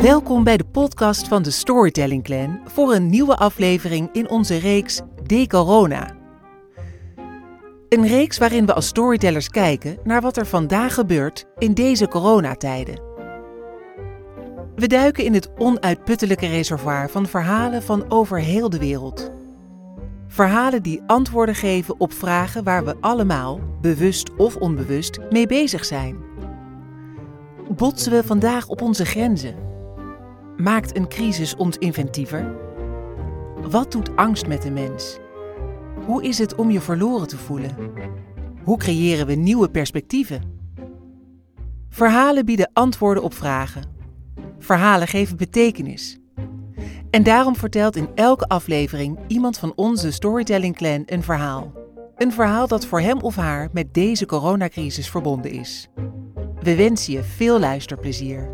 Welkom bij de podcast van de Storytelling Clan voor een nieuwe aflevering in onze reeks De-Corona. Een reeks waarin we als storytellers kijken naar wat er vandaag gebeurt in deze coronatijden. We duiken in het onuitputtelijke reservoir van verhalen van over heel de wereld. Verhalen die antwoorden geven op vragen waar we allemaal, bewust of onbewust, mee bezig zijn. Botsen we vandaag op onze grenzen? Maakt een crisis ons inventiever? Wat doet angst met de mens? Hoe is het om je verloren te voelen? Hoe creëren we nieuwe perspectieven? Verhalen bieden antwoorden op vragen. Verhalen geven betekenis. En daarom vertelt in elke aflevering iemand van onze Storytelling Clan een verhaal. Een verhaal dat voor hem of haar met deze coronacrisis verbonden is. We wensen je veel luisterplezier.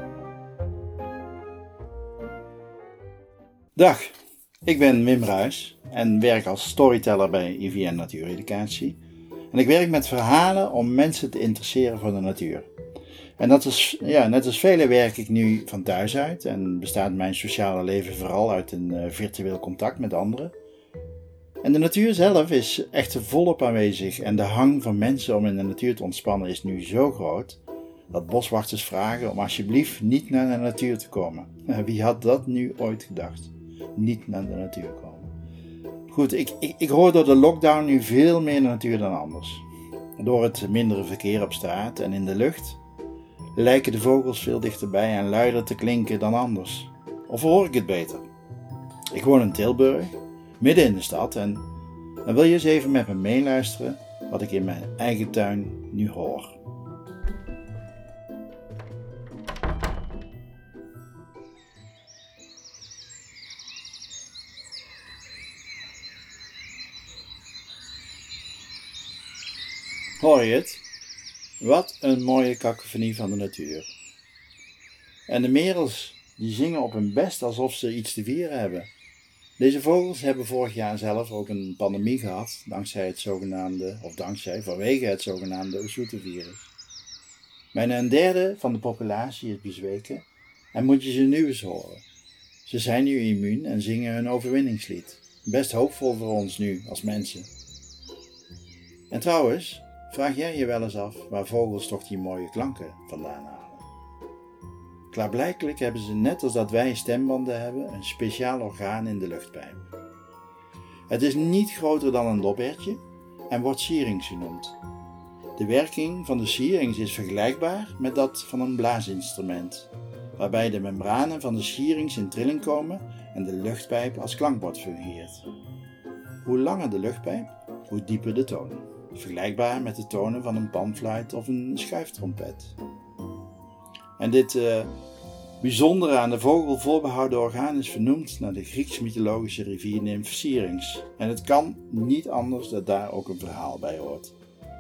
Dag, ik ben Wim Ruijs en werk als storyteller bij IVN Natuureducatie. En ik werk met verhalen om mensen te interesseren voor de natuur. En net als velen werk ik nu van thuis uit en bestaat mijn sociale leven vooral uit een virtueel contact met anderen. En de natuur zelf is echt volop aanwezig en de hang van mensen om in de natuur te ontspannen is nu zo groot dat boswachters vragen om alsjeblieft niet naar de natuur te komen. Wie had dat nu ooit gedacht? Niet naar de natuur komen. Goed, ik hoor door de lockdown nu veel meer de natuur dan anders. Door het mindere verkeer op straat en in de lucht lijken de vogels veel dichterbij en luider te klinken dan anders. Of hoor ik het beter? Ik woon in Tilburg, midden in de stad en dan wil je eens even met me meeluisteren wat ik in mijn eigen tuin nu hoor. Hoor je het? Wat een mooie kakofonie van de natuur. En de merels die zingen op hun best alsof ze iets te vieren hebben. Deze vogels hebben vorig jaar zelf ook een pandemie gehad, vanwege het zogenaamde Oesoete-virus. Bijna een derde van de populatie is bezweken en moet je ze nu eens horen. Ze zijn nu immuun en zingen hun overwinningslied. Best hoopvol voor ons nu als mensen. En trouwens, vraag jij je wel eens af waar vogels toch die mooie klanken vandaan halen? Klaarblijkelijk hebben ze, net als dat wij stembanden hebben, een speciaal orgaan in de luchtpijp. Het is niet groter dan een lobbertje en wordt syrinx genoemd. De werking van de syrinx is vergelijkbaar met dat van een blaasinstrument, waarbij de membranen van de syrinx in trilling komen en de luchtpijp als klankbord fungeert. Hoe langer de luchtpijp, hoe dieper de tonen. Vergelijkbaar met de tonen van een panfluit of een schuiftrompet. En dit bijzondere aan de vogel voorbehouden orgaan is vernoemd naar de Grieks-mythologische riviernimf Syrinx. En het kan niet anders dat daar ook een verhaal bij hoort.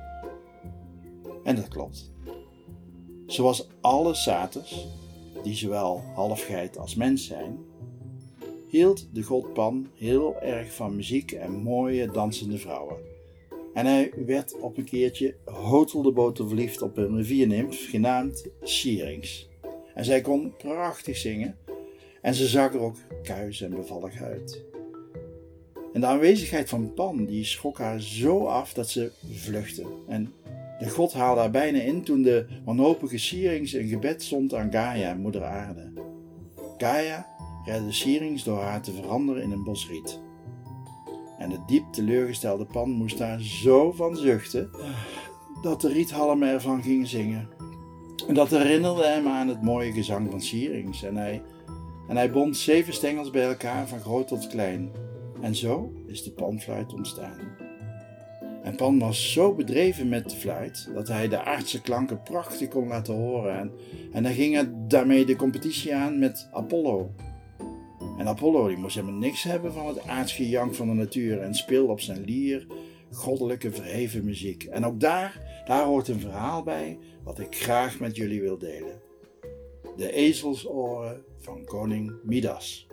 En dat klopt. Zoals alle saters, die zowel halfgeit als mens zijn, hield de god Pan heel erg van muziek en mooie dansende vrouwen. En hij werd op een keertje hoteldemotel verliefd op een riviernimf genaamd Syrinx. En zij kon prachtig zingen en ze zag er ook kuis en bevallig uit. En de aanwezigheid van Pan die schrok haar zo af dat ze vluchtte. En de god haalde haar bijna in toen de wanhopige Syrinx een gebed stond aan Gaia, moeder aarde. Gaia redde Syrinx door haar te veranderen in een bos riet. En de diep teleurgestelde Pan moest daar zo van zuchten dat de riethalmen ervan gingen zingen. En dat herinnerde hem aan het mooie gezang van Syrinx. En hij bond 7 stengels bij elkaar van groot tot klein. En zo is de panfluit ontstaan. En Pan was zo bedreven met de fluit dat hij de aardse klanken prachtig kon laten horen. En hij ging daarmee de competitie aan met Apollo. En Apollo die moest helemaal niks hebben van het aardsgejank van de natuur en speelde op zijn lier goddelijke verheven muziek. En ook daar hoort een verhaal bij wat ik graag met jullie wil delen. De ezelsoren van koning Midas.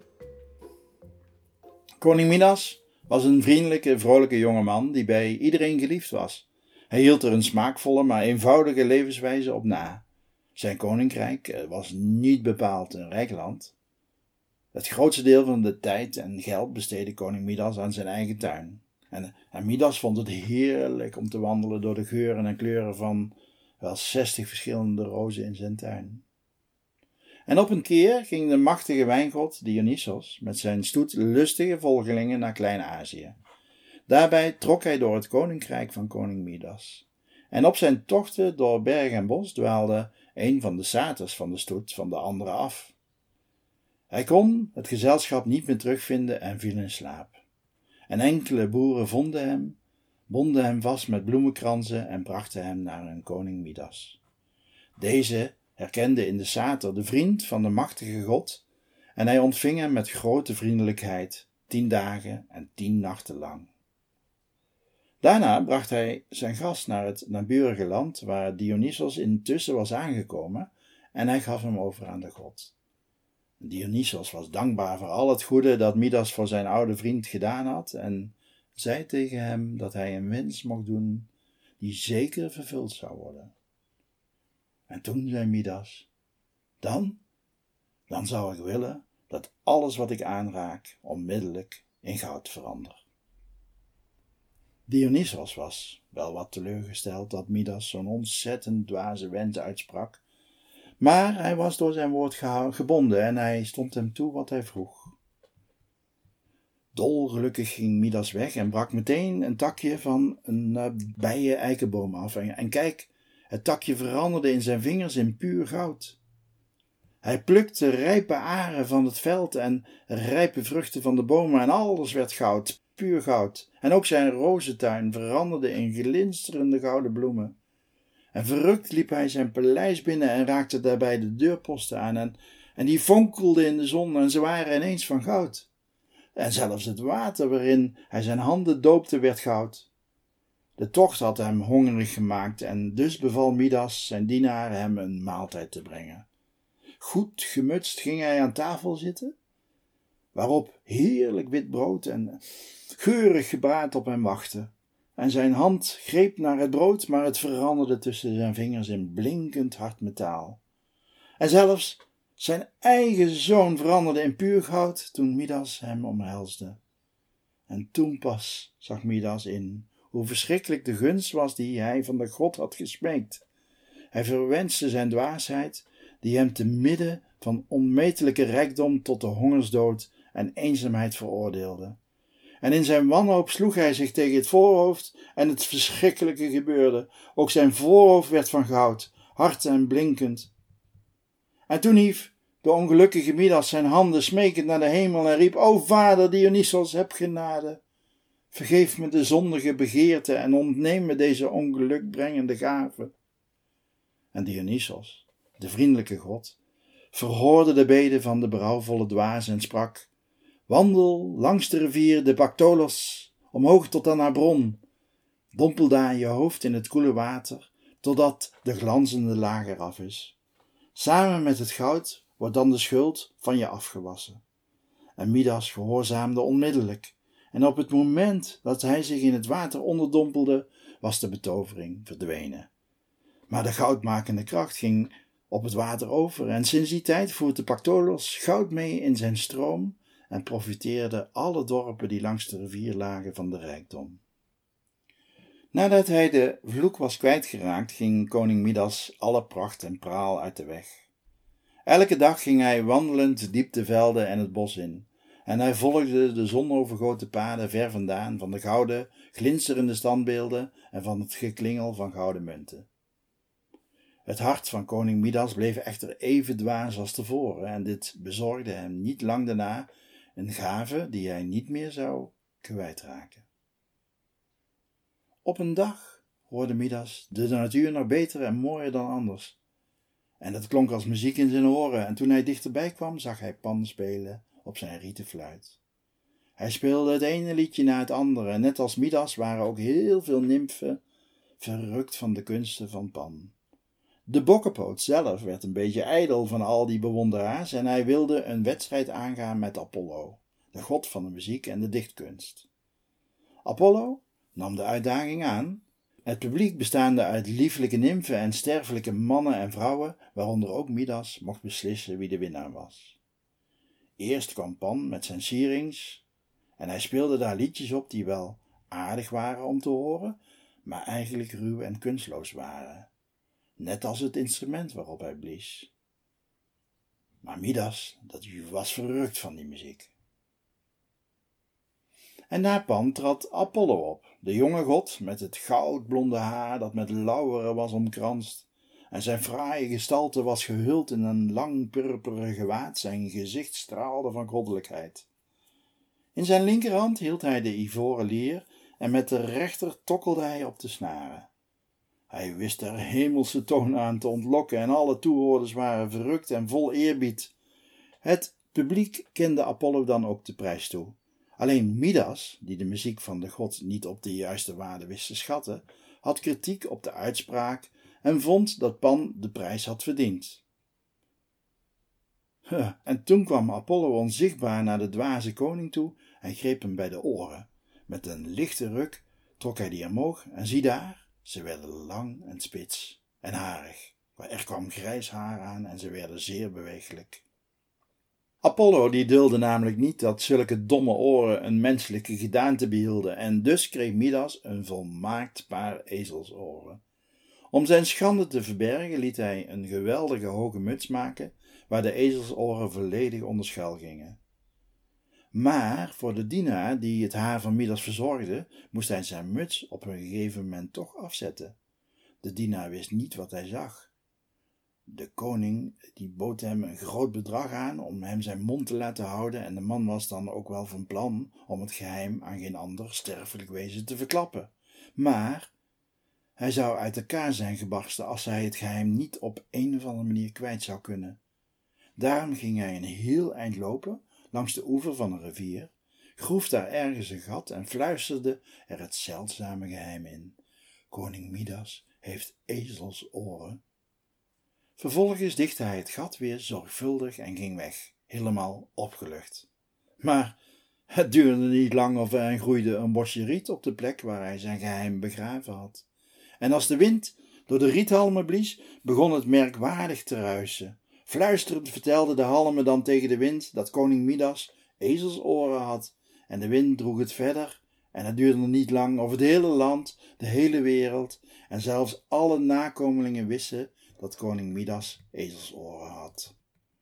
Koning Midas was een vriendelijke, vrolijke jongeman die bij iedereen geliefd was. Hij hield er een smaakvolle, maar eenvoudige levenswijze op na. Zijn koninkrijk was niet bepaald een rijk land. Het grootste deel van de tijd en geld besteedde koning Midas aan zijn eigen tuin. En Midas vond het heerlijk om te wandelen door de geuren en kleuren van wel 60 verschillende rozen in zijn tuin. En op een keer ging de machtige wijngod Dionysos met zijn stoet lustige volgelingen naar Klein-Azië. Daarbij trok hij door het koninkrijk van koning Midas. En op zijn tochten door berg en bos dwaalde een van de saters van de stoet van de andere af. Hij kon het gezelschap niet meer terugvinden en viel in slaap. En enkele boeren vonden hem, bonden hem vast met bloemenkransen en brachten hem naar hun koning Midas. Deze herkende in de sater de vriend van de machtige god en hij ontving hem met grote vriendelijkheid 10 dagen en 10 nachten lang. Daarna bracht hij zijn gast naar het naburige land waar Dionysos intussen was aangekomen en hij gaf hem over aan de god. Dionysos was dankbaar voor al het goede dat Midas voor zijn oude vriend gedaan had en zei tegen hem dat hij een wens mocht doen die zeker vervuld zou worden. En toen zei Midas, dan zou ik willen dat alles wat ik aanraak onmiddellijk in goud verandert. Dionysos was wel wat teleurgesteld dat Midas zo'n ontzettend dwaze wens uitsprak, maar hij was door zijn woord gebonden en hij stond hem toe wat hij vroeg. Dolgelukkig ging Midas weg en brak meteen een takje van een bijen-eikenboom af. En kijk, het takje veranderde in zijn vingers in puur goud. Hij plukte rijpe aren van het veld en rijpe vruchten van de bomen en alles werd goud, puur goud. En ook zijn rozentuin veranderde in glinsterende gouden bloemen. En verrukt liep hij zijn paleis binnen en raakte daarbij de deurposten aan en die fonkelden in de zon en ze waren ineens van goud. En zelfs het water waarin hij zijn handen doopte werd goud. De tocht had hem hongerig gemaakt en dus beval Midas zijn dienaar hem een maaltijd te brengen. Goed gemutst ging hij aan tafel zitten, waarop heerlijk wit brood en geurig gebraad op hem wachtte. En zijn hand greep naar het brood, maar het veranderde tussen zijn vingers in blinkend hard metaal. En zelfs zijn eigen zoon veranderde in puur goud toen Midas hem omhelsde. En toen pas zag Midas in hoe verschrikkelijk de gunst was die hij van de god had gesmeekt. Hij verwenste zijn dwaasheid, die hem te midden van onmetelijke rijkdom tot de hongersdood en eenzaamheid veroordeelde. En in zijn wanhoop sloeg hij zich tegen het voorhoofd en het verschrikkelijke gebeurde. Ook zijn voorhoofd werd van goud, hard en blinkend. En toen hief de ongelukkige Midas zijn handen smekend naar de hemel en riep: O vader Dionysos, heb genade. Vergeef me de zondige begeerte en ontneem me deze ongelukbrengende gave. En Dionysos, de vriendelijke god, verhoorde de bede van de berouwvolle dwaas en sprak: Wandel langs de rivier de Pactolos, omhoog tot aan haar bron. Dompel daar je hoofd in het koele water, totdat de glanzende laag eraf is. Samen met het goud wordt dan de schuld van je afgewassen. En Midas gehoorzaamde onmiddellijk, en op het moment dat hij zich in het water onderdompelde, was de betovering verdwenen. Maar de goudmakende kracht ging op het water over, en sinds die tijd voert de Pactolos goud mee in zijn stroom en profiteerden alle dorpen die langs de rivier lagen van de rijkdom. Nadat hij de vloek was kwijtgeraakt, ging koning Midas alle pracht en praal uit de weg. Elke dag ging hij wandelend diep de velden en het bos in, en hij volgde de zonovergoten paden ver vandaan van de gouden, glinsterende standbeelden en van het geklingel van gouden munten. Het hart van koning Midas bleef echter even dwaas als tevoren, en dit bezorgde hem niet lang daarna een gave die hij niet meer zou kwijtraken. Op een dag hoorde Midas de natuur nog beter en mooier dan anders. En dat klonk als muziek in zijn oren, en toen hij dichterbij kwam, zag hij Pan spelen op zijn rieten fluit. Hij speelde het ene liedje na het andere, en net als Midas waren ook heel veel nymfen verrukt van de kunsten van Pan. De bokkenpoot zelf werd een beetje ijdel van al die bewonderaars en hij wilde een wedstrijd aangaan met Apollo, de god van de muziek en de dichtkunst. Apollo nam de uitdaging aan, Het publiek, bestaande uit lieflijke nimfen en sterfelijke mannen en vrouwen, waaronder ook Midas, mocht beslissen wie de winnaar was. Eerst kwam Pan met zijn sierings en hij speelde daar liedjes op die wel aardig waren om te horen, maar eigenlijk ruw en kunstloos waren, net als het instrument waarop hij blies. Maar Midas, dat was verrukt van die muziek. En na Pan trad Apollo op, de jonge god met het goudblonde haar dat met lauweren was omkranst, en zijn fraaie gestalte was gehuld in een lang purperen gewaad, zijn gezicht straalde van goddelijkheid. In zijn linkerhand hield hij de ivoren lier en met de rechter tokkelde hij op de snaren. Hij wist er hemelse tonen aan te ontlokken en alle toehoorders waren verrukt en vol eerbied. Het publiek kende Apollo dan ook de prijs toe. Alleen Midas, die de muziek van de god niet op de juiste waarde wist te schatten, had kritiek op de uitspraak en vond dat Pan de prijs had verdiend. En toen kwam Apollo onzichtbaar naar de dwaze koning toe en greep hem bij de oren. Met een lichte ruk trok hij die omhoog en zie daar, ze werden lang en spits en harig. Er kwam grijs haar aan en ze werden zeer beweeglijk. Apollo die dulde namelijk niet dat zulke domme oren een menselijke gedaante behielden en dus kreeg Midas een volmaakt paar ezelsoren. Om zijn schande te verbergen liet hij een geweldige hoge muts maken waar de ezelsoren volledig onder schuil gingen. Maar voor de dienaar die het haar van Midas verzorgde, moest hij zijn muts op een gegeven moment toch afzetten. De dienaar wist niet wat hij zag. De koning die bood hem een groot bedrag aan om hem zijn mond te laten houden en de man was dan ook wel van plan om het geheim aan geen ander sterfelijk wezen te verklappen. Maar hij zou uit elkaar zijn gebarsten als hij het geheim niet op een of andere manier kwijt zou kunnen. Daarom ging hij een heel eind lopen langs de oever van een rivier, groef daar ergens een gat en fluisterde er het zeldzame geheim in. Koning Midas heeft ezelsoren. Vervolgens dichtte hij het gat weer zorgvuldig en ging weg, helemaal opgelucht. Maar het duurde niet lang of er groeide een bosje riet op de plek waar hij zijn geheim begraven had. En als de wind door de riethalmen blies, begon het merkwaardig te ruisen. Fluisterend vertelden de halmen dan tegen de wind dat koning Midas ezelsoren had, en de wind droeg het verder, en het duurde niet lang of het hele land, de hele wereld en zelfs alle nakomelingen wisten dat koning Midas ezelsoren had.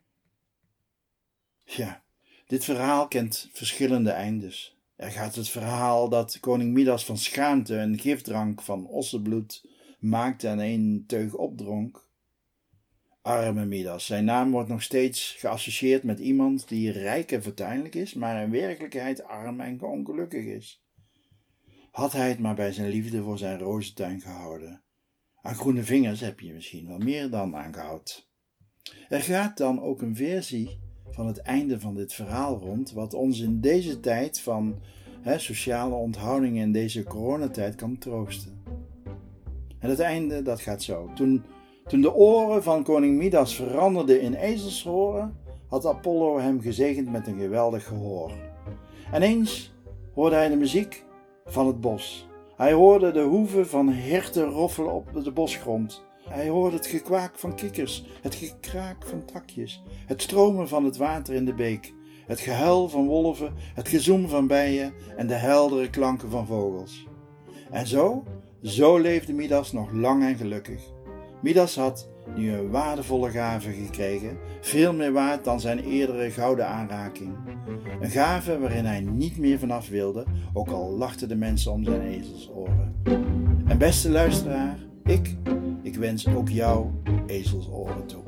Ja, dit verhaal kent verschillende eindes. Er gaat het verhaal dat koning Midas van schaamte een gifdrank van ossenbloed maakte en een teug opdronk. Arme Midas, zijn naam wordt nog steeds geassocieerd met iemand die rijk en fortuinlijk is, maar in werkelijkheid arm en ongelukkig is. Had hij het maar bij zijn liefde voor zijn rozentuin gehouden. Aan groene vingers heb je misschien wel meer dan aangehoud. Er gaat dan ook een versie van het einde van dit verhaal rond, wat ons in deze tijd van sociale onthoudingen in deze coronatijd kan troosten. En het einde, dat gaat zo. Toen de oren van koning Midas veranderden in ezelsoren, had Apollo hem gezegend met een geweldig gehoor. En eens hoorde hij de muziek van het bos. Hij hoorde de hoeven van herten roffelen op de bosgrond. Hij hoorde het gekwaak van kikkers, het gekraak van takjes, het stromen van het water in de beek, het gehuil van wolven, het gezoem van bijen en de heldere klanken van vogels. En zo leefde Midas nog lang en gelukkig. Midas had nu een waardevolle gave gekregen, veel meer waard dan zijn eerdere gouden aanraking. Een gave waarin hij niet meer vanaf wilde, ook al lachten de mensen om zijn ezelsoren. En beste luisteraar, ik wens ook jou ezelsoren toe.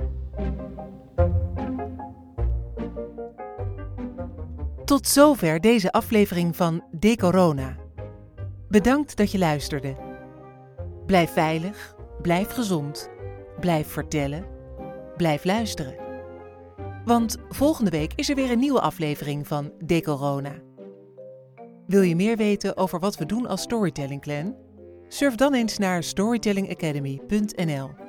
Tot zover deze aflevering van De Corona. Bedankt dat je luisterde. Blijf veilig, blijf gezond, blijf vertellen, blijf luisteren. Want volgende week is er weer een nieuwe aflevering van De Corona. Wil je meer weten over wat we doen als Storytelling Clan? Surf dan eens naar storytellingacademy.nl.